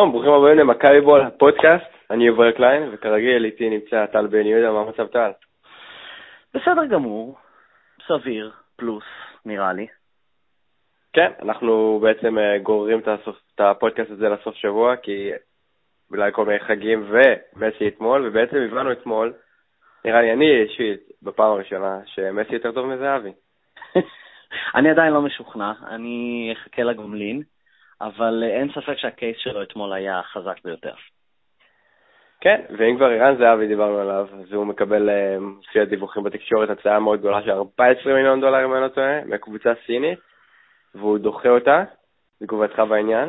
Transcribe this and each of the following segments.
שלום, ברוכים הבאים למכבי בול הפודקאסט, אני יובל קליין, וכרגיל איתי נמצא טל בן יהודה. מה מצב טל? בסדר גמור, סביר, פלוס, נראה לי. כן, אנחנו בעצם גוררים את הפודקאסט הזה לסוף שבוע, כי אולי כל מיני חגים ומסי אתמול, ובעצם הבנו אתמול, נראה לי אני אישית בפעם הראשונה, שמסי יותר טוב מזהבי. אני עדיין לא משוכנע, אני אחכה לגומלין, אבל אין ספק שהקייס שלו אתמול היה חזק ביותר. כן, ואם כבר ערן זהבי דיברנו עליו, אז הוא מקבל, לפי הדיווחים בתקשורת, הצעה מאוד גדולה של $14 מיליון, אם אני לא טועה, מהקבוצה סינית, והוא דוחה אותה. תגובתך בעניין?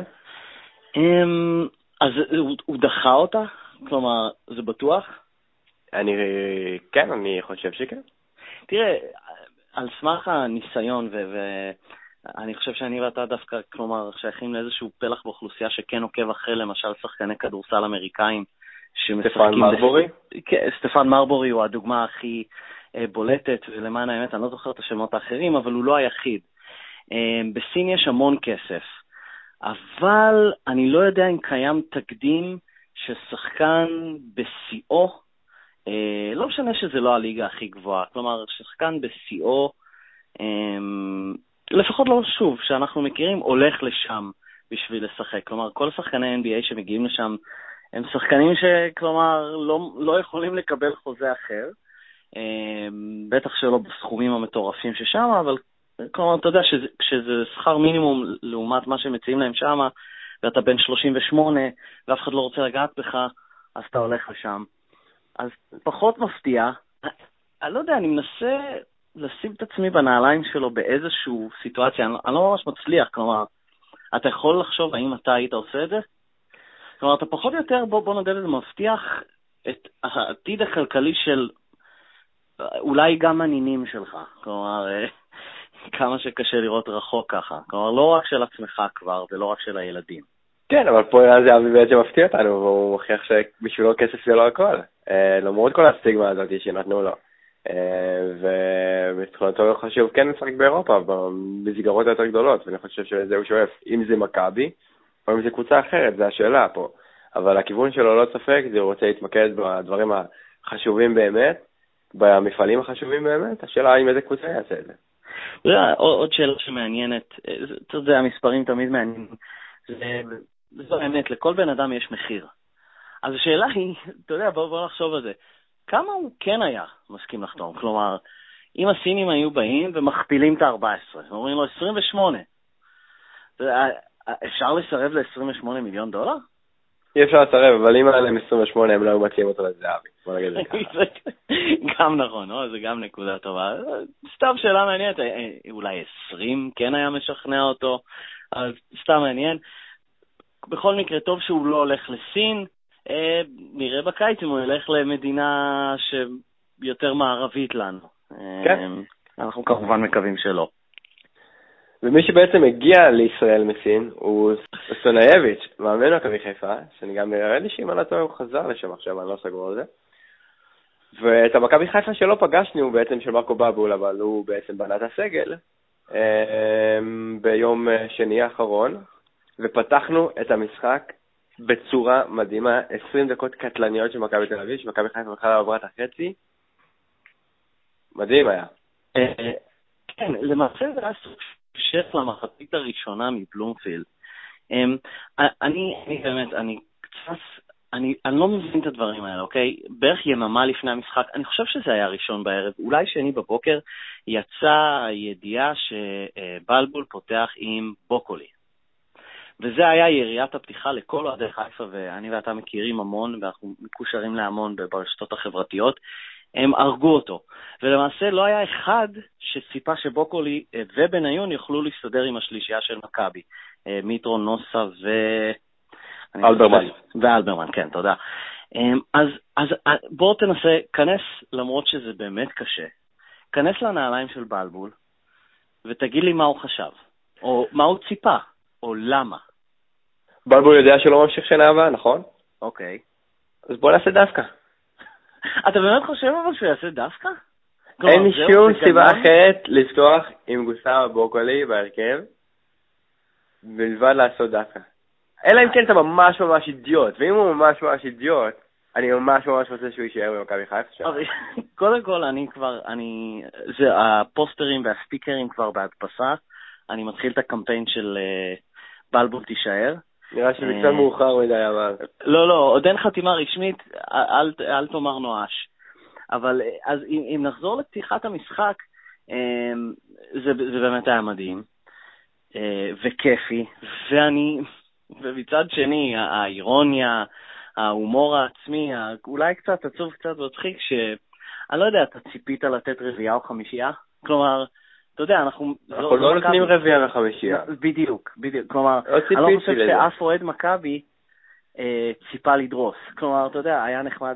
אז הוא דחה אותה? כלומר, זה בטוח? כן, אני חושב שכן. תראה, על סמך הניסיון, ואני חושב שאני ואתה דווקא, כלומר, שייכים לאיזשהו פלח באוכלוסייה שכן עוקב אחרי, למשל, שחקני כדורסל אמריקאים, סטפן מרבורי? כן, סטפן מרבורי הוא הדוגמה הכי בולטת, ולמען האמת, אני לא זוכר את השמות האחרים, אבל הוא לא היחיד. בסין יש המון כסף, אבל אני לא יודע אם קיים תקדים ששחקן בשיאו, לא משנה שזה לא הליגה הכי גבוהה, כלומר, שחקן בשיאו, לפחות לא שוב, שאנחנו מכירים, הולך לשם בשביל לשחק. כלומר, כל שחקני NBA שמגיעים לשם, הם שחקנים שכלומר לא יכולים לקבל חוזה אחר, בטח שלא בסכומים המטורפים ששם, אבל כלומר, אתה יודע שזה שכר מינימום לעומת מה שמציעים להם שם, ואתה בן 38 ואף אחד לא רוצה לגעת בך, אז אתה הולך לשם. אז פחות מפתיע. אני לא יודע, אני מנסה לשים את עצמי בנעליים שלו באיזשהו סיטואציה, אני לא ממש מצליח, כלומר, אתה יכול לחשוב האם אתה היית עושה את זה? כלומר, אתה פחות או יותר, בוא נדע לזה, מבטיח את העתיד הכלכלי של אולי גם הנינים שלך, כלומר, כמה שקשה לראות רחוק ככה, כלומר, לא רק של עצמך כבר, ולא רק של הילדים. כן, אבל פה זה אבי בעצם מפתיע אותנו, והוא מוכיח שבשבילו כסף זה לא הכל, למרות כל הסטיגמה הזאת שנתנו לו. ובתחילתו חשוב כן לשחק באירופה, במסגרות היותר גדולות, ואני חושב שזה הוא שואף, אם זה מכבי, או אם זה קבוצה אחרת, זה השאלה פה. אבל הכיוון שלו לא ספק, זה הוא רוצה להתמקד בדברים החשובים באמת, במפעלים החשובים באמת, השאלה אם איזה קבוצה יעשה את זה. עוד שאלה שמעניינת, אתה יודע, המספרים תמיד מעניינים, זו האמת, לכל בן אדם יש מחיר. אז השאלה היא, אתה יודע, בוא נחשוב על זה, כמה הוא כן היה מסכים לחתום? כלומר, אם הסינים היו באים ומכפילים את ה-14, אומרים לו 28, אפשר לסרב ל$28 מיליון? אי אפשר לסרב, אבל אם היה להם 28, הם לא היו מציעים אותו לזהבי. בוא נגיד זה ככה. גם נכון, זה גם נקודה טובה. סתם שאלה מעניינת, אולי 20 כן היה משכנע אותו, אז סתם מעניין. בכל מקרה, טוב שהוא לא הולך לסין, נראה בקיץ אם הוא ילך למדינה שיותר מערבית לנו. כן. אנחנו כמובן מקווים שלא. ומי שבעצם הגיע לישראל מסין הוא סטונייביץ', מאמן מכבי חיפה, שאני גם נראה לי שאם אני לא טועה הוא חזר לשם עכשיו, אני לא סגור על זה. ואת המכבי חיפה שלא פגשנו הוא בעצם של מרקו בבול, אבל הוא בעצם בנה את הסגל ביום שני האחרון, ופתחנו את המשחק בצורה מדהימה, 20 דקות קטלניות של מכבי תל אביב, שמכבי חיפה בכלל עברה את החצי. מדהים היה. כן, למעשה זה היה סוג שף למחצית הראשונה מבלומפילד. אני באמת, אני לא מבין את הדברים האלה, אוקיי? בערך יממה לפני המשחק, אני חושב שזה היה ראשון בערב, אולי שני בבוקר, יצא הידיעה שבלבול פותח עם בוקולי. וזה היה יריית הפתיחה לכל אוהדי חיפה, ואני ואתה מכירים המון, ואנחנו מקושרים להמון ברשתות החברתיות, הם הרגו אותו. ולמעשה לא היה אחד שציפה שבוקולי ובניון יוכלו להסתדר עם השלישייה של מכבי. מיטרו, נוסה אלברמן. ואלברמן, כן, תודה. אז בואו תנסה, כנס, למרות שזה באמת קשה, כנס לנעליים של בלבול, ותגיד לי מה הוא חשב, או מה הוא ציפה, או למה. בלבול יודע שלא ממשיך שנה הבאה, נכון? אוקיי. אז בוא נעשה דווקא. אתה באמת חושב אבל שהוא יעשה דווקא? אין שום סיבה אחרת לפתוח עם גוסטאו בוקולי בהרכב, בלבד לעשות דווקא. אלא אם כן אתה ממש ממש אידיוט, ואם הוא ממש ממש אידיוט, אני ממש ממש רוצה שהוא יישאר במכבי חיפה. קודם כל, הפוסטרים והסטיקרים כבר בהדפסה, אני מתחיל את הקמפיין של בלבול תישאר. נראה שזה קצת מאוחר מדי, אבל... לא, עוד אין חתימה רשמית, אל תאמר נואש. אבל אז אם נחזור לפתיחת המשחק, זה באמת היה מדהים, וכיפי, ומצד שני, האירוניה, ההומור העצמי, אולי קצת עצוב, קצת מצחיק, שאני לא יודע, אתה ציפית לתת רביעה או חמישייה? כלומר, אתה יודע, אנחנו לא נותנים רביעה וחמישייה. בדיוק. כלומר, אני לא חושב שאף אוהד מכבי ציפה לדרוס. כלומר, אתה יודע, היה נחמד.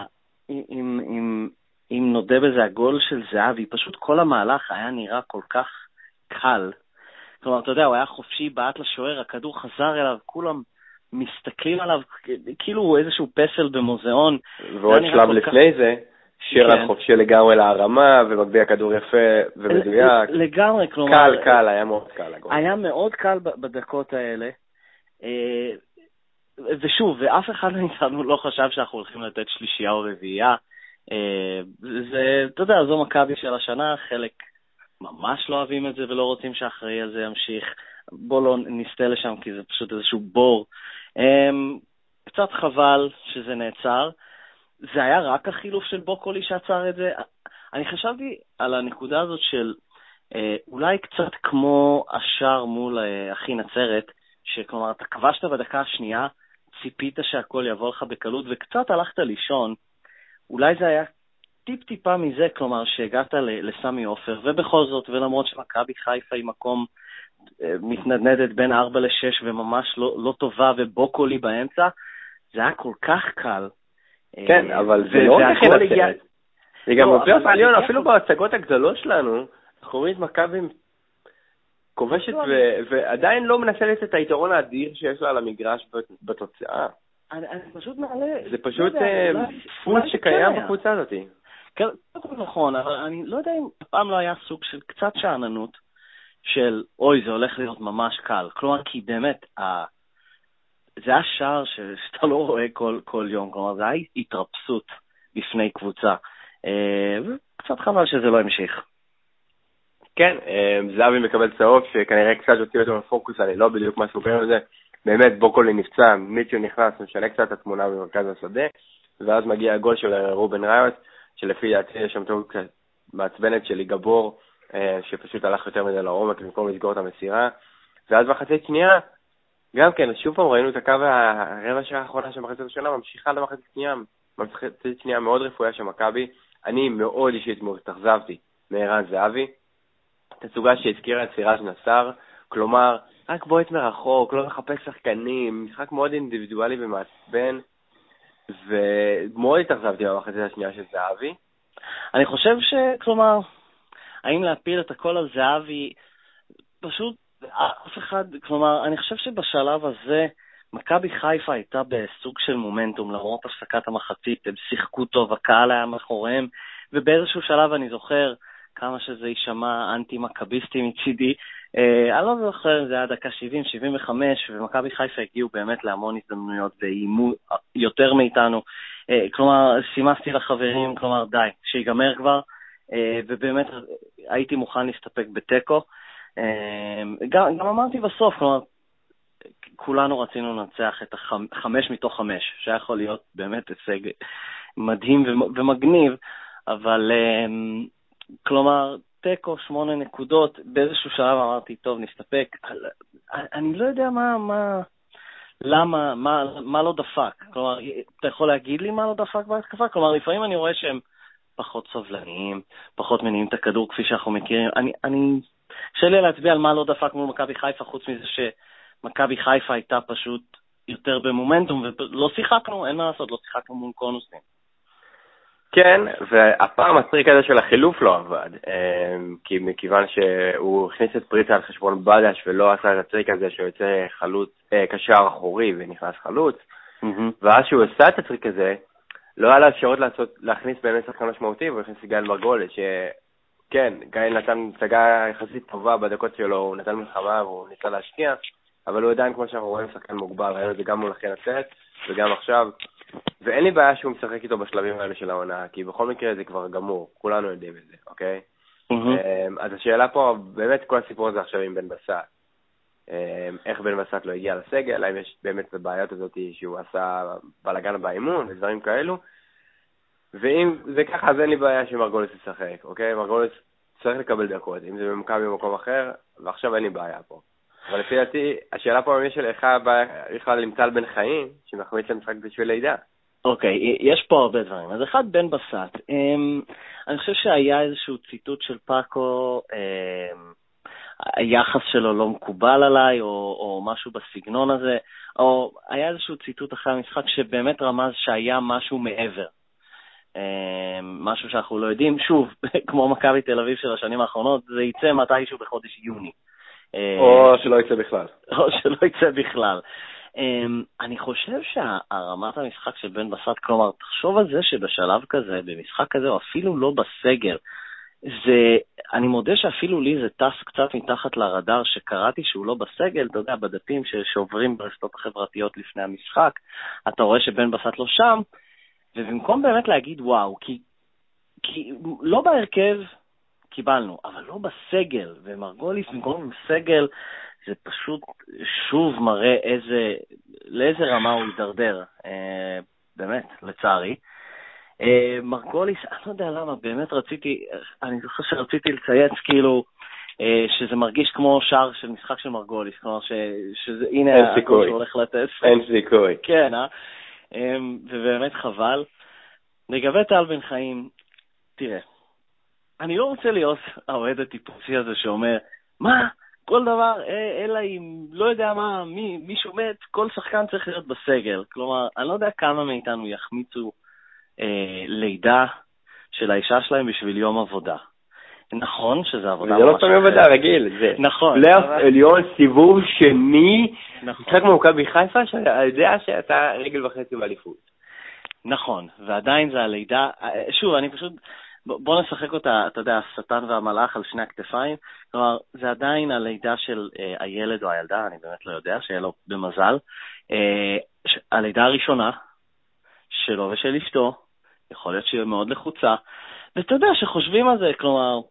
אם נודה בזה הגול של זהבי, פשוט כל המהלך היה נראה כל כך קל. כלומר, אתה יודע, הוא היה חופשי, בעט לשוער, הכדור חזר אליו, כולם מסתכלים עליו כאילו הוא איזשהו פסל במוזיאון. ועוד שלב לפני זה, שיר חופשי לגמרי להרמה, ומגביע כדור יפה ומדויק. לגמרי, כלומר... קל, היה מאוד קל. היה מאוד קל בדקות האלה. ושוב, ואף אחד מאיתנו לא חשב שאנחנו הולכים לתת שלישייה או רביעייה. זה, אתה יודע, זו מכבי של השנה, חלק ממש לא אוהבים את זה ולא רוצים שהאחראי הזה ימשיך. בוא לא נסתה לשם, כי זה פשוט איזשהו בור. קצת חבל שזה נעצר. זה היה רק החילוף של בוקולי שעצר את זה. אני חשבתי על הנקודה הזאת של אולי קצת כמו השאר מול אחי נצרת, שכלומר אתה כבשת בדקה השנייה, ציפית שהכל יבוא לך בקלות וקצת הלכת לישון. אולי זה היה טיפה מזה, כלומר שהגעת לסמי עופר, ובכל זאת, ולמרות שמכבי חיפה היא מקום מתנדנדת בין 4-6 וממש לא טובה, ובוקולי באמצע, זה היה כל כך קל. כן, אבל זה לא רק נצרת. זה גם בפלייאוף העליון, אפילו בהצגות הגדולות שלנו, אנחנו רואים את מכבי כובשת ועדיין לא מנצלת את היתרון האדיר שיש לה על המגרש בתוצאה. אני פשוט מעלה... זה פשוט דפוס שקיים בקבוצה הזאת. כן, נכון, אבל אני לא יודע אם פעם לא היה סוג של קצת שעננות של, אוי, זה הולך להיות ממש קל. כלומר, כי באמת, זה היה שער שאתה לא רואה כל יום, כלומר, זה היה התרפסות בפני קבוצה. וקצת חבל שזה לא המשיך. כן, זהבי מקבל צהוב, שכנראה קצת יוציא אותו מפוקוס, אני לא בדיוק מה סוגר על זה. באמת, בוקולי נפצע, מיצ'ו נכנס, משנה קצת את התמונה במרכז השדה, ואז מגיע הגול של רובן ראיות, שלפי דעתי יש שם טוב קצת מעצבנת של גבור, שפשוט הלך יותר מדי לעומק במקום לסגור את המסירה. ואז בחצי שנייה, גם כן, שוב פעם ראינו את הקו הרבע שעה האחרונה של מחצית השנה, ממשיכה למחצית שנייה, מחצית שנייה מאוד רפויה של מכבי. אני מאוד אישית מאוד התאכזבתי מערן זהבי, תצוגה שהזכירה את סיראז' נסאר, כלומר, רק בועט מרחוק, לא מחפש שחקנים, משחק מאוד אינדיבידואלי ומעצבן, ומאוד התאכזבתי במחצית השנייה של זהבי. אני חושב כלומר, האם להפיל את הכל על זהבי, פשוט אף אחד, כלומר, אני חושב שבשלב הזה, מכבי חיפה הייתה בסוג של מומנטום, למרות הפסקת המחצית, הם שיחקו טוב, הקהל היה מאחוריהם, ובאיזשהו שלב אני זוכר, כמה שזה יישמע אנטי-מכביסטי מצידי, אני לא זוכר, זה היה דקה 70, 75, ומכבי חיפה הגיעו באמת להמון הזדמנויות, ואיימו יותר מאיתנו, כלומר, סימסתי לחברים, כלומר, די, שיגמר כבר, ובאמת הייתי מוכן להסתפק בטקו, גם אמרתי בסוף, כלומר, כולנו רצינו לנצח את 5 מתוך 5, שהיה יכול להיות באמת הישג מדהים ומגניב, אבל כלומר, טקו 8 נקודות, באיזשהו שלב אמרתי, טוב, נסתפק. אני לא יודע למה, מה לא דפק. כלומר, אתה יכול להגיד לי מה לא דפק בהתקפה? כלומר, לפעמים אני רואה שהם פחות סובלניים, פחות מניעים את הכדור כפי שאנחנו מכירים. שאלה להצביע על מה לא דפק מול מכבי חיפה, חוץ מזה שמכבי חיפה הייתה פשוט יותר במומנטום, ולא שיחקנו, אין מה לעשות, לא שיחקנו מול קונוסים. כן, והפעם הטריק הזה של החילוף לא עבד, כי מכיוון שהוא הכניס את פריצה על חשבון בדש ולא עשה את הטריק הזה שיוצא קשר אחורי ונכנס חלוץ, ואז שהוא עשה את הטריק הזה, לא היה לה אפשרות להכניס באמת שחקן משמעותי, והוא הכניס גל מרגולת, שכן, גל נתן הצגה יחסית טובה בדקות שלו, הוא נתן מלחמה והוא ניסה להשקיע, אבל הוא עדיין, כמו שאנחנו רואים, שחקן מוגבל, ראינו את זה גם מול אחרי נצרת, וגם עכשיו, ואין לי בעיה שהוא משחק איתו בשלבים האלה של העונה, כי בכל מקרה זה כבר גמור, כולנו יודעים את זה, אוקיי? אז השאלה פה, באמת כל הסיפור הזה עכשיו עם בן בסט, איך בן בסט לא הגיע לסגל, האם יש באמת את הבעיות הזאת שהוא עשה בלגן באימון ודברים כאלו, ואם זה ככה, אז אין לי בעיה שמרגוליס ישחק, אוקיי? מרגוליס צריך לקבל דקות, אם זה ממוקם במקום אחר, ועכשיו אין לי בעיה פה. אבל לפי דעתי, השאלה פה ממש שלך בכלל עם טל בן חיים, שמחמיץ למשחק בשביל לידה. אוקיי, יש פה הרבה דברים. אז אחד, בן בסט. אני חושב שהיה איזשהו ציטוט של פאקו, היחס שלו לא מקובל עליי, או משהו בסגנון הזה, או היה איזשהו ציטוט אחרי המשחק שבאמת רמז שהיה משהו מעבר. משהו שאנחנו לא יודעים. שוב, כמו מכבי תל אביב של השנים האחרונות, זה יצא מתישהו בחודש יוני. או שלא יצא בכלל. או שלא יצא בכלל. אני חושב שהרמת המשחק של בן בסט, כלומר, תחשוב על זה שבשלב כזה, במשחק כזה, או אפילו לא בסגל, אני מודה שאפילו לי זה טס קצת מתחת לרדאר שקראתי שהוא לא בסגל, אתה יודע, בדפים שעוברים ברשתות החברתיות לפני המשחק, אתה רואה שבן בסט לא שם, ובמקום באמת להגיד וואו, כי לא בהרכב קיבלנו, אבל לא בסגל, ומרגוליס במקום בסגל, זה פשוט שוב מראה לאיזה רמה הוא יידרדר, באמת, לצערי. מרגוליס, אני לא יודע למה, באמת אני זוכר שרציתי לצייץ כאילו, שזה מרגיש כמו שער של משחק של מרגוליס, כלומר שזה, הנה, הכל שהולך לתת. אין סיכוי. כן, ובאמת חבל. לגבי טל בן חיים, תראה, אני לא רוצה להיות האוהד הטיפוסי הזה שאומר, מה? כל דבר, אלא אם לא יודע מה, מישהו מת, כל שחקן צריך להיות בסגל. כלומר, אני לא יודע כמה מאיתנו יחמיצו לידה של האישה שלהם בשביל יום עבודה. נכון שזה עבודה ממש... זה לא פעמים עבודה, רגיל, זה. נכון. פלייאוף עליון, סיבוב שני, משחק ממוקבי חיפה, שאתה יודע שאתה רגל וחצי באליפות. נכון, ועדיין זה הלידה, שוב, אני פשוט... בוא נשחק אותה, אתה יודע, השטן והמלאך על שני הכתפיים, כלומר, זה עדיין הלידה של הילד או הילדה, אני באמת לא יודע, שיהיה לו במזל, הלידה הראשונה שלו ושל אשתו, יכול להיות שהיא מאוד לחוצה, ואתה יודע שחושבים על זה, כלומר,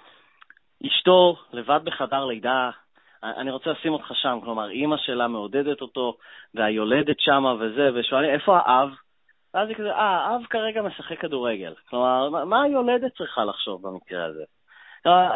אשתו לבד בחדר לידה, אני רוצה לשים אותך שם, כלומר, אמא שלה מעודדת אותו, והיולדת שמה וזה, ושואלים, איפה האב? ואז היא כזה, האב כרגע משחק כדורגל. כלומר, מה היולדת צריכה לחשוב במקרה הזה? כלומר,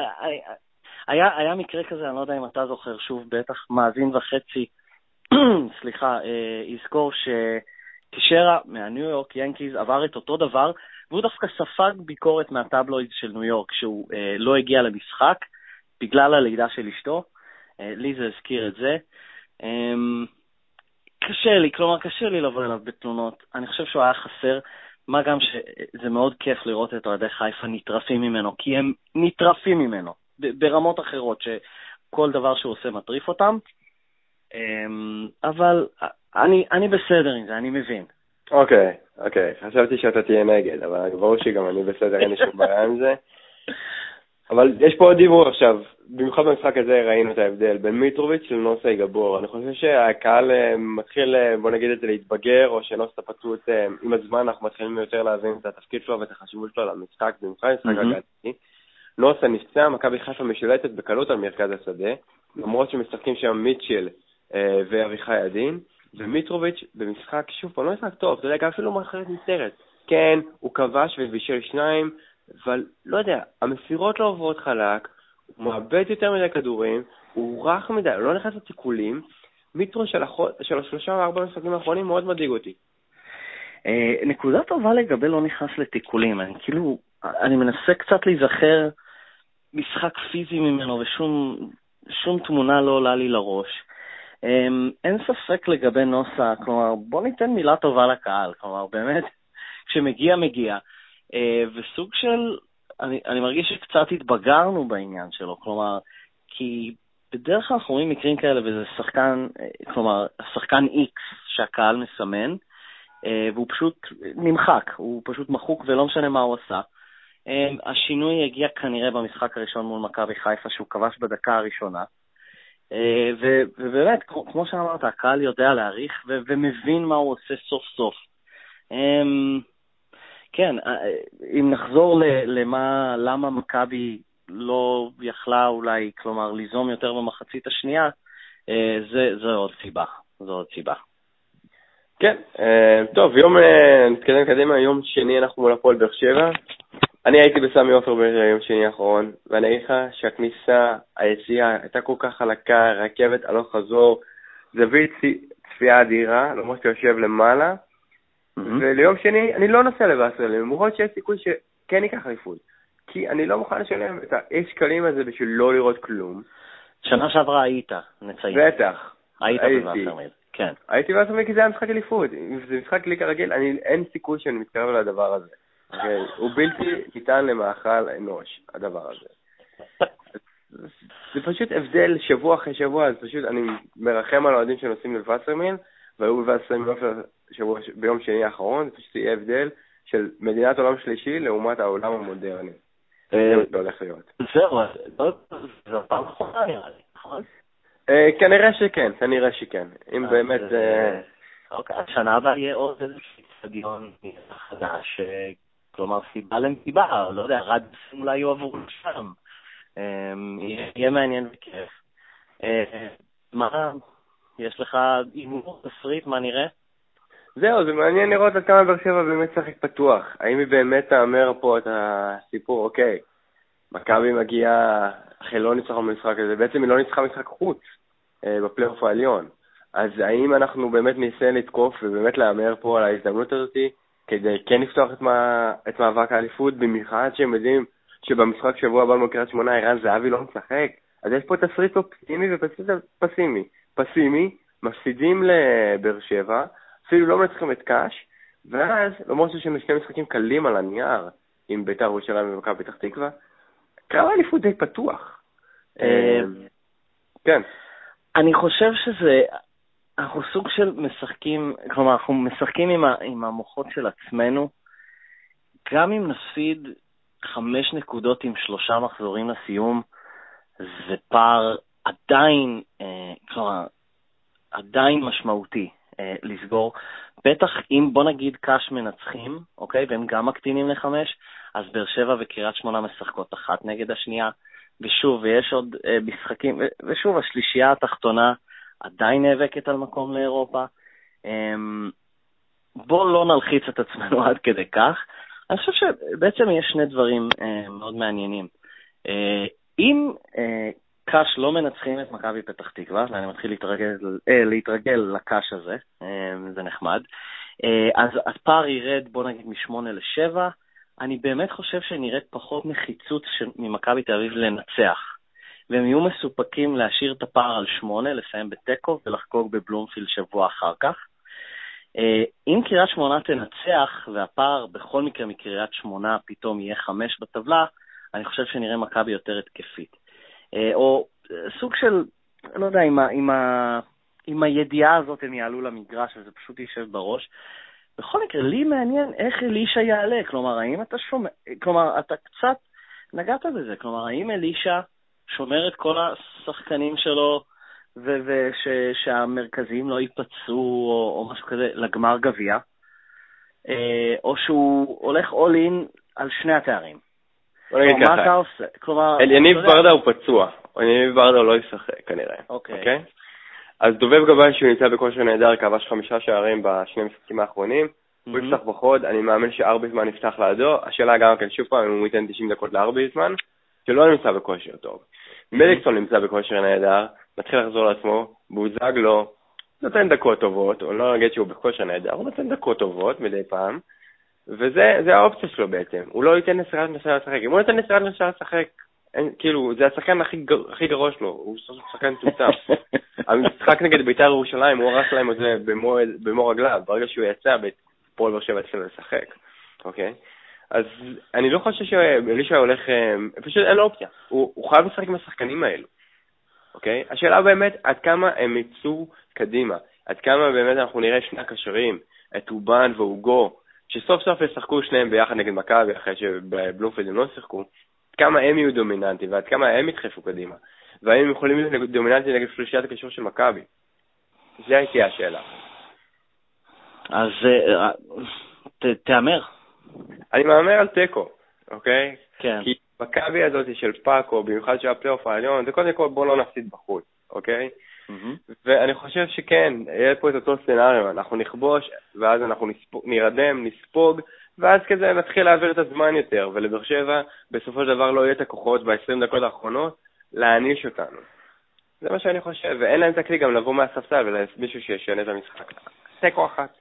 היה מקרה כזה, אני לא יודע אם אתה זוכר, שוב, בטח מאזין וחצי, סליחה, יזכור שטישרה מהניו יורק ינקיז עבר את אותו דבר, והוא דווקא ספג ביקורת מהטבלויד של ניו יורק, שהוא לא הגיע למשחק, בגלל הלידה של אשתו. לי זה הזכיר את זה. קשה לי לבוא אליו בתלונות. אני חושב שהוא היה חסר, מה גם שזה מאוד כיף לראות את אוהדי חיפה נטרפים ממנו, כי הם נטרפים ממנו, ברמות אחרות, שכל דבר שהוא עושה מטריף אותם. אבל אני בסדר עם זה, אני מבין. אוקיי, חשבתי שאתה תהיה נגד, אבל ברור שגם אני בסדר, אין לי שום בעיה עם זה. אבל יש פה עוד דיבור עכשיו, במיוחד במשחק הזה ראינו את ההבדל בין מיטרוביץ' לנוסה גבור. אני חושב שהקהל מתחיל, בוא נגיד את זה, להתבגר, או שנוסה פשוט, עם הזמן אנחנו מתחילים יותר להבין את התפקיד שלו ואת החשיבות שלו למשחק, במיוחד משחק הגעתי. נוסה נפצע, מכבי חיפה משולטת בקלות על מרכז השדה, למרות שמשחקים שם מיטשל ואביחי עדין, ומיטרוביץ' במשחק, שוב פעם, לא משחק טוב, אתה יודע, אפילו מאחרת נסתרת. כן, הוא כבש ובישל 2, אבל לא יודע, המסירות לא עוברות חלק, הוא מאבד יותר מדי כדורים, הוא רך מדי, הוא לא נכנס לסיכולים. מיטרו של 3 או 4 משחקים האחרונים מאוד מדאיג אותי. נקודה טובה לגבי לא נכנס לתיקולים. אני מנסה קצת להיזכר משחק פיזי ממנו, ושום תמונה לא עולה לי לראש. אין ספק לגבי נוסה, כלומר, בוא ניתן מילה טובה לקהל, כלומר, באמת, כשמגיע, מגיע. וסוג של, אני מרגיש שקצת התבגרנו בעניין שלו, כלומר, כי בדרך כלל אנחנו רואים מקרים כאלה, וזה שחקן, כלומר, שחקן X שהקהל מסמן, והוא פשוט נמחק, הוא פשוט מחוק ולא משנה מה הוא עשה. השינוי הגיע כנראה במשחק הראשון מול מכבי חיפה, שהוא כבש בדקה הראשונה, ובאמת, כמו שאמרת, הקהל יודע להעריך ומבין מה הוא עושה סוף סוף. כן, אם נחזור למה מכבי לא יכלה אולי, כלומר, ליזום יותר במחצית השנייה, זו עוד סיבה. כן, טוב, נתקדם קדימה, יום שני אנחנו מול הפועל באר שבע. אני הייתי בסמי עופר ביום שני האחרון, ואני אגיד לך שהכניסה, היציאה, הייתה כל כך חלקה, רכבת הלוך חזור, זווית צפייה אדירה, למרות שיושב למעלה, וליום שני אני לא נוסע לבאסל, למרות שיש סיכוי שכן ייקח אליפות, כי אני לא מוכן לשלם את ה-10 שקלים הזה בשביל לא לראות כלום. שנה שעברה היית, נציין. בטח. היית בבאסל, כן. הייתי בבאסל כי זה היה משחק אליפות, זה משחק לי כרגיל, אין סיכוי שאני מתקרב לדבר הזה. הוא בלתי ניתן למאכל אנוש, הדבר הזה. זה פשוט הבדל שבוע אחרי שבוע, אז פשוט אני מרחם על האוהדים שנוסעים לווסרמיל, והיו בווסרמיל ביום שני האחרון, זה פשוט יהיה הבדל של מדינת עולם שלישי לעומת העולם המודרני. זה מה שהולך להיות. זהו, זו פעם אחרונה נראה לי, נכון? כנראה שכן. אם באמת... אוקיי, השנה הבאה יהיה עוד איזושהי סטדיון חדש, כלומר סיבה למסיבה, לא יודע, רדיוס אולי יעברו לשם. יהיה מעניין וכיף. מה, יש לך אימור, תסריט, מה נראה? זהו, זה מעניין לראות עד כמה באר שבע באמת שחק פתוח. האם היא באמת תאמר פה את הסיפור, אוקיי, מכבי מגיעה אחרי לא ניצחה במשחק הזה, בעצם היא לא ניצחה משחק חוץ בפלייאוף העליון. אז האם אנחנו באמת ניסה לתקוף ובאמת לאמר פה על ההזדמנות הזאת, כדי כן לפתוח את מאבק האליפות, במיוחד שהם יודעים שבמשחק שבוע הבא בקריית שמונה ערן זהבי לא משחק, אז יש פה תסריט אופטימי ופסימי. פסימי, מפסידים לבאר שבע, אפילו לא מנצחים את קאש, ואז, למרות שהם שני משחקים קלים על הנייר, עם בית"ר ירושלים ומכבי פתח תקווה, קרב האליפות די פתוח. כן. אני חושב אנחנו סוג של משחקים, כלומר, אנחנו משחקים עם המוחות של עצמנו, גם אם נפסיד 5 נקודות עם 3 מחזורים לסיום, זה פער עדיין, כלומר, עדיין משמעותי לסגור. בטח אם, בוא נגיד, קאש מנצחים, אוקיי, והם גם מקטינים ל5, אז באר שבע וקריית שמונה משחקות אחת נגד השנייה, ושוב, ויש עוד משחקים, ושוב, השלישייה התחתונה עדיין נאבקת על מקום לאירופה. בואו לא נלחיץ את עצמנו עד כדי כך. אני חושב שבעצם יש שני דברים מאוד מעניינים. אם קאש לא מנצחים את מכבי פתח תקווה, ואני מתחיל להתרגל לקאש הזה, זה נחמד, אז הפער ירד, בוא נגיד, מ8 ל7, אני באמת חושב שנראית פחות נחיצות ממכבי תל אביב לנצח, והם יהיו מסופקים להשאיר את הפער על 8, לסיים בטקו ולחגוג בבלומפילד שבוע אחר כך. אם קריית שמונה תנצח, והפער בכל מקרה מקריית שמונה פתאום יהיה 5 בטבלה, אני חושב שנראה מכבי יותר התקפית. או סוג של, לא יודע, עם הידיעה הזאת הם יעלו למגרש, וזה פשוט יישב בראש. בכל מקרה, לי מעניין איך אלישה יעלה. כלומר, האם אתה שומע, כלומר, אתה קצת נגעת בזה. כלומר, האם אלישה שומר את כל השחקנים שלו, ושהמרכזיים לא ייפצעו, או משהו כזה, לגמר גביע, או שהוא הולך all in על שני התארים. מה אתה עושה? כלומר, יניב ברדה הוא פצוע, יניב ברדה לא ישחק כנראה. אוקיי. אז דובב גבאי שהוא נמצא בכושר נהדר, כבש 5 שערים בשני משחקים האחרונים, הוא יפתח בחוד, אני מאמין שארביזמן יפתח לידו, השאלה גם כן שוב פעם, אם הוא ייתן 90 דקות לארביזמן, שלא נמצא בכושר טוב. מליקסון נמצא בכושר נהדר, מתחיל לחזור לעצמו, בוזגלו נותן דקות טובות, או לא נגיד שהוא בכושר נהדר, הוא נותן דקות טובות מדי פעם, וזה האופציה שלו בעצם. הוא לא ייתן נסירת נסירה לשחק. אם הוא ייתן נסירת נסירה לשחק, כאילו, זה השחקן הכי גרוע שלו, הוא שחקן טומטם. המשחק נגד בית"ר ירושלים, הוא הרס להם את זה במו רגליו, ברגע שהוא יצא, הפועל באר שבע התחיל לשחק. אוקיי? אז אני לא חושב שאלישה הולך, פשוט אין לו אופציה. הוא חייב לשחק עם השחקנים האלו. אוקיי? השאלה באמת, עד כמה הם יצאו קדימה, עד כמה באמת אנחנו נראה שני הקשרים, את אובן ואוגו, שסוף סוף ישחקו שניהם ביחד נגד מכבי, אחרי שבבלומפילד הם לא ישחקו, עד כמה הם יהיו דומיננטיים, ועד כמה הם ידחפו קדימה. והאם הם יכולים להיות דומיננטיים נגד שלישיית הקישור של מכבי. זה הייתי השאלה. אז תאמר. אני מאמר על טקו, אוקיי? כן. כי מכבי הזאת של פאקו, במיוחד של הפלייאוף העליון, זה קודם כל בוא לא נפסיד בחוץ, אוקיי? ואני חושב שכן, יהיה פה את אותו סצנריו, אנחנו נכבוש, ואז אנחנו נרדם, נספוג, ואז כזה נתחיל להעביר את הזמן יותר, ולבאר שבע בסופו של דבר לא יהיה את הכוחות ב-20 דקות האחרונות להעניש אותנו. זה מה שאני חושב, ואין להם את הכלי גם לבוא מהספסל ולמישהו שישנה את המשחק. תיקו אחת.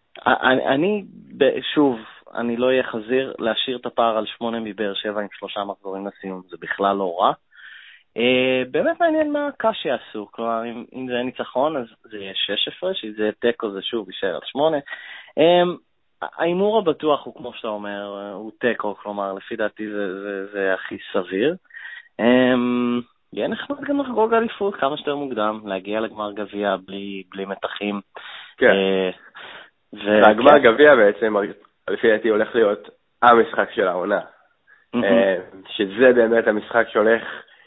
שוב, אני לא אהיה חזיר להשאיר את הפער על 8 מבאר שבע עם 3 מחזורים לסיום, זה בכלל לא רע. באמת מעניין מה קש יעשו, כלומר אם זה ניצחון אז זה יהיה 6 הפרש, אם זה טקו זה שוב יישאר על 8. האימור הבטוח הוא כמו שאתה אומר, הוא טקו, כלומר לפי דעתי זה הכי סביר. יהיה נחמד גם לחגוג אליפות כמה שיותר מוקדם, להגיע לגמר גביע בלי מתחים. כן. והגמר גביע בעצם, לפי דעתי הולך להיות המשחק של העונה. שזה באמת המשחק שהולך,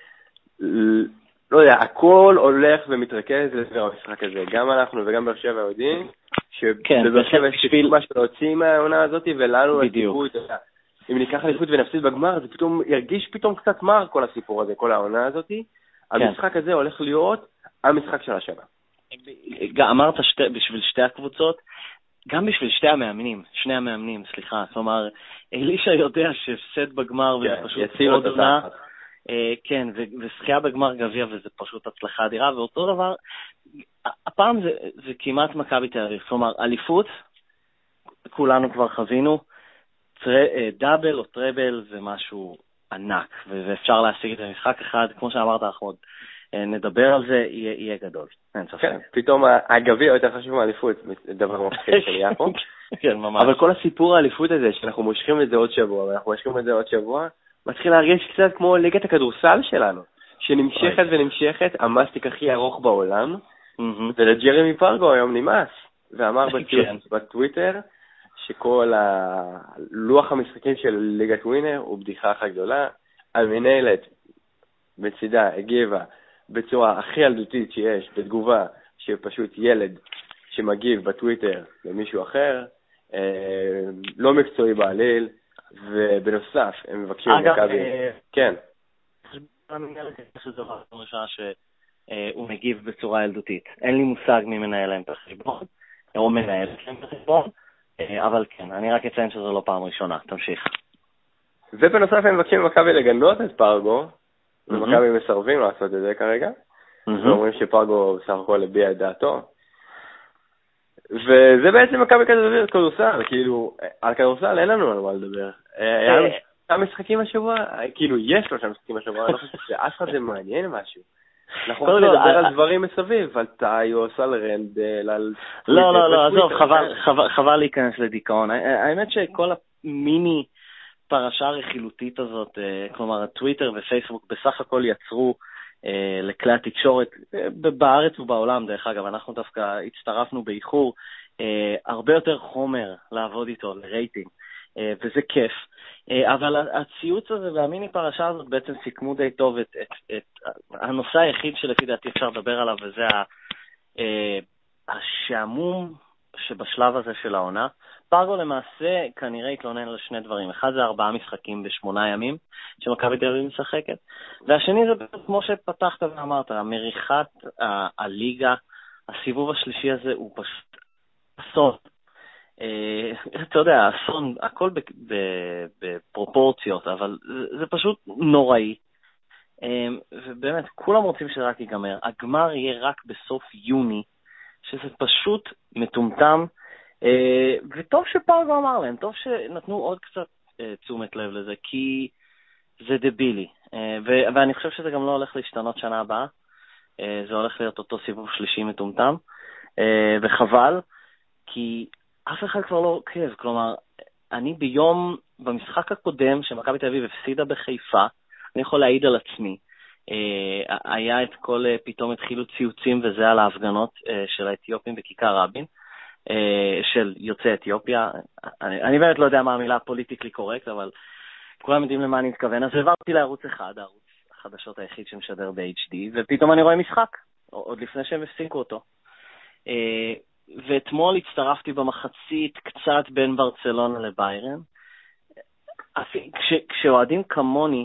לא יודע, הכל הולך ומתרכז לסביב המשחק הזה. גם אנחנו וגם באר שבע יודעים, שבאר שבע יש מה שלהוציא מהעונה הזאת, ולנו הסיפור, אם ניקח אליפות ונפסיד בגמר, זה פתאום ירגיש פתאום קצת מר כל הסיפור הזה, כל העונה הזאת. המשחק הזה הולך להיות המשחק של השנה. אמרת בשביל שתי הקבוצות, גם בשביל שני המאמנים, סליחה. כלומר, אלישה יודע שהפסד בגמר וזה פשוט עוד עונה. כן, וזכייה בגמר גביע וזה פשוט הצלחה אדירה, ואותו דבר, הפעם זה כמעט מכבי תל אביב. כלומר, אליפות, כולנו כבר חווינו, דאבל או טראבל זה משהו ענק, ואפשר להשיג את זה משחק אחד, כמו שאמרת, אנחנו עוד נדבר על זה, יהיה גדול. כן, פתאום הגביע יותר חשוב מהאליפות, דבר מפחיד שלי פה. כן, ממש. אבל כל הסיפור האליפות הזה, שאנחנו מושכים את זה עוד שבוע, ואנחנו מושכים את זה עוד שבוע, מתחיל להרגיש קצת כמו ליגת הכדורסל שלנו, שנמשכת ונמשכת, המסטיק הכי ארוך בעולם, ולג'רמי פרגו היום נמאס, ואמר בטוויטר, שכל לוח המשחקים של ליגת ווינר הוא בדיחה אחת גדולה. המנהלת בצידה הגיבה בצורה הכי ילדותית שיש, בתגובה שפשוט ילד שמגיב בטוויטר למישהו אחר, לא מקצועי בעליל, ובנוסף הם מבקשים מכבי. כן. המנהלת שזה דבר ראשונה שהוא מגיב בצורה ילדותית. אין לי מושג מי מנהל להם את החשבון, או מנהל להם את החשבון, אבל כן, אני רק אציין שזו לא פעם ראשונה. תמשיך. ובנוסף הם מבקשים מכבי לגנות את פרגו, ומכבי מסרבים לעשות את זה כרגע, ואומרים שפרגו בסך הכל הביע את דעתו. וזה בעצם מכבי כדורסל, כאילו, על כדורסל אין לנו על מה לדבר. היה לנו משחקים השבוע, כאילו יש לו שם משחקים השבוע, אני לא חושב שאף אחד זה מעניין משהו. אנחנו יכולים לדבר על דברים מסביב, על טאיוס, על רנדל, על... לא, עזוב, חבל להיכנס לדיכאון. האמת שכל המיני פרשה הרכילותית הזאת, כלומר, הטוויטר ופייסבוק בסך הכל יצרו לכלי התקשורת, בארץ ובעולם, דרך אגב, אנחנו דווקא הצטרפנו באיחור, הרבה יותר חומר לעבוד איתו, לרייטינג, וזה כיף. אבל הציוץ הזה והמיני פרשה הזאת בעצם סיכמו די טוב את הנושא היחיד שלפי דעתי אפשר לדבר עליו, וזה השעמום שבשלב הזה של העונה. פרגו למעשה כנראה התלונן על שני דברים. אחד זה 4 משחקים ב8 ימים שמכבי תל אביב משחקת, והשני זה כמו שפתחת ואמרת, מריחת הליגה, הסיבוב השלישי הזה הוא פשוט אסון. אתה יודע, אסון, הכל בפרופורציות, אבל זה פשוט נוראי. ובאמת, כולם רוצים שרק ייגמר. הגמר יהיה רק בסוף יוני, שזה פשוט מטומטם, וטוב שפרגו אמר להם, טוב שנתנו עוד קצת תשומת לב לזה, כי זה דבילי. ואני חושב שזה גם לא הולך להשתנות שנה הבאה, זה הולך להיות אותו סיבוב שלישי מטומטם, וחבל, כי אף אחד כבר לא עוקב. כלומר, אני במשחק הקודם שמכבי תל אביב הפסידה בחיפה, אני יכול להעיד על עצמי, היה את כל, פתאום התחילו ציוצים וזה על ההפגנות של האתיופים בכיכר רבין, של יוצאי אתיופיה. אני באמת לא יודע מה המילה פוליטיקלי קורקט, אבל כולם יודעים למה אני מתכוון. אז העברתי לערוץ אחד החדשות היחיד שמשדר ב-HD, ופתאום אני רואה משחק, עוד לפני שהם הפסיקו אותו. ואתמול הצטרפתי במחצית קצת בין ברצלונה לביירן. כשאוהדים כמוני,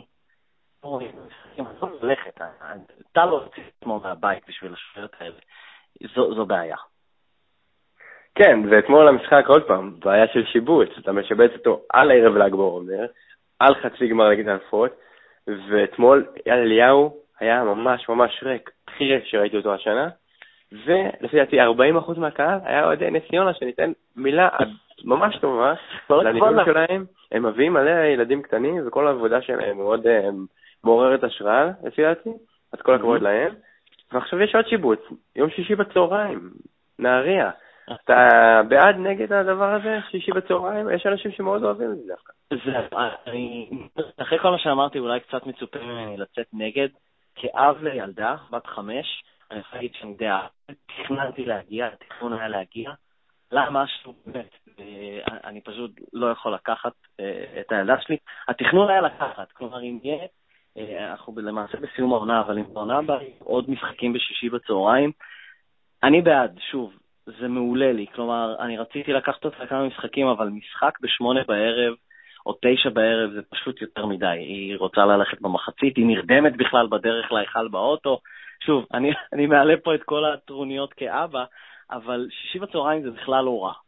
אתה לא הוציא עצמו מהבית בשביל השפויות האלה. זו בעיה. כן, ואתמול המשחק עוד פעם, בעיה של שיבוץ. אתה משבץ אותו על ערב ל"ג בעומר, על חצי גמר ליגת האלופות, ואתמול אליהו היה ממש ממש ריק, הכי ריק שראיתי אותו השנה, ולפי דעתי 40% מהקהל היה אוהדי נס ציונה, שניתן מילה ממש טובה לניהול שלהם. הם מביאים מלא ילדים קטנים, וכל העבודה שלהם מאוד מעוררת השראה, לפי דעתי, אז כל הכבוד להם. ועכשיו יש עוד שיבוץ, יום שישי בצהריים, נהריה. אתה בעד נגד הדבר הזה, שישי בצהריים? יש אנשים שמאוד אוהבים את זה דווקא. אחרי כל מה שאמרתי, אולי קצת מצופה ממני לצאת נגד, כאב לילדה, בת 5, אני יכול להגיד שאני יודע, תכננתי להגיע, התכנון היה להגיע, למה משהו באמת, אני פשוט לא יכול לקחת את הילדה שלי. התכנון היה לקחת, כלומר אם יהיה, אנחנו למעשה בסיום העונה, אבל אם העונה בה עוד משחקים בשישי בצהריים, אני בעד, שוב, זה מעולה לי, כלומר, אני רציתי לקחת אותה כמה משחקים, אבל משחק ב8 בערב או 9 בערב זה פשוט יותר מדי. היא רוצה ללכת במחצית, היא נרדמת בכלל בדרך להיכל באוטו. שוב, אני מעלה פה את כל הטרוניות כאבא, אבל שישי בצהריים זה בכלל לא רע.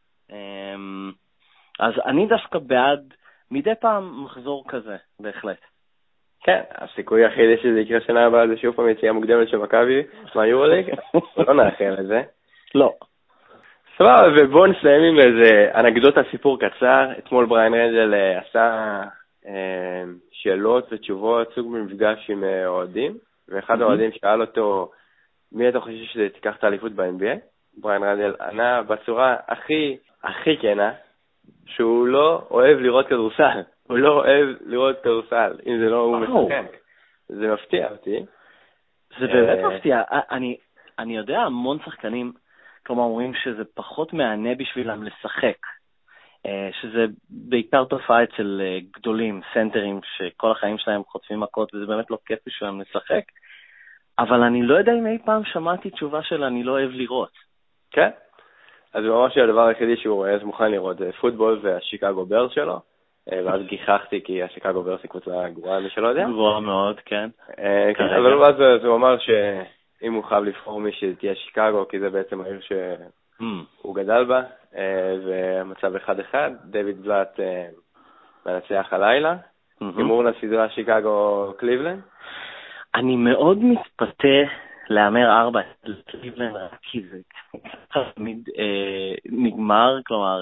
אז אני דווקא בעד מדי פעם מחזור כזה, בהחלט. כן, הסיכוי היחידי שזה יקרה שנה הבאה זה שוב פעם יציאה מוקדמת של מכבי מהיורוליג, לא נאחל לזה. לא. סבבה, ובואו נסיים עם איזה אנקדוטה, סיפור קצר. אתמול בריין רנדל עשה שאלות ותשובות, סוג במפגש עם אוהדים, ואחד האוהדים שאל אותו, מי אתה חושב שזה תיקח את האליפות ב-NBA? בריין רנדל ענה בצורה הכי כנה, שהוא לא אוהב לראות כדורסל. הוא לא אוהב לראות כדורסל, אם זה לא הוא משחק. זה מפתיע אותי. זה באמת מפתיע. אני יודע המון שחקנים, כלומר אומרים שזה פחות מענה בשבילם לשחק, שזה בעיקר תופעה אצל גדולים, סנטרים, שכל החיים שלהם חוטפים מכות, וזה באמת לא כיף בשבילם לשחק, אבל אני לא יודע אם אי פעם שמעתי תשובה של אני לא אוהב לראות. כן, אז הוא אמר שהדבר היחידי שהוא רואה, אז מוכן לראות, זה פוטבול והשיקגו ברס שלו, ואז גיחכתי כי השיקגו ברס היא קבוצה גרועה, מי שלא יודע. גרועה מאוד, כן. אבל אז הוא אמר אם הוא חייב לבחור מי שתהיה שיקגו, כי זה בעצם העיר שהוא גדל בה, ומצב 1-1, דיוויד בלאט מנצח הלילה, הימור לסדרה שיקגו קליבלנד. אני מאוד מתפתה לאמר 4 לקליבלנד, רק כי זה תמיד נגמר, כלומר,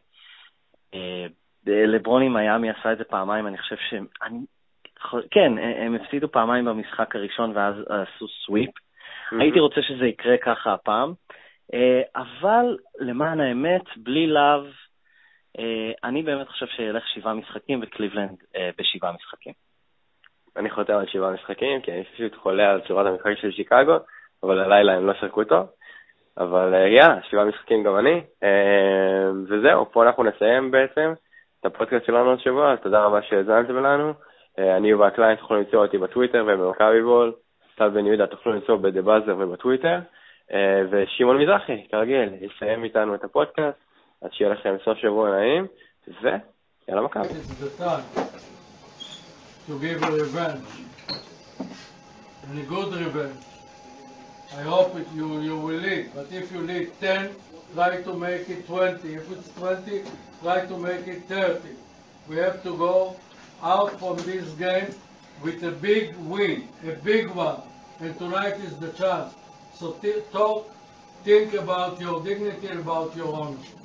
לברון עם מיאמי עשה את זה פעמיים, אני חושב שהם, כן, הם הפסידו פעמיים במשחק הראשון ואז עשו סוויפ, הייתי רוצה שזה יקרה ככה הפעם, אבל למען האמת, בלי לב, אני באמת חושב שילך 7 משחקים וקליבלנד ב7 משחקים. אני חותר על 7 משחקים, כי אני פשוט חולה על צורת המשחק של שיקגו, אבל הלילה הם לא שחקו טוב. אבל 7 משחקים גם אני. וזהו, פה אנחנו נסיים בעצם את הפודקאסט שלנו השבוע, אז תודה רבה שהזמנתם לנו. אני יובל קליין, תוכלו למצוא אותי בטוויטר ובמכבי בול. טל בן יהודה תוכלו למצוא בדבאזר ובטוויטר. ושמעון מזרחי, כרגיל, יסיים איתנו את הפודקאסט, אז שיהיה לכם סוף שבוע נעים, ויאללה מכבי. To give a revenge, and a good revenge. I hope you will lead, but if you lead 10, try to make it 20. If it's 20, try to make it 30. We have to go out from this game with a big win, a big one, and tonight is the chance. So think about your dignity and about your honor.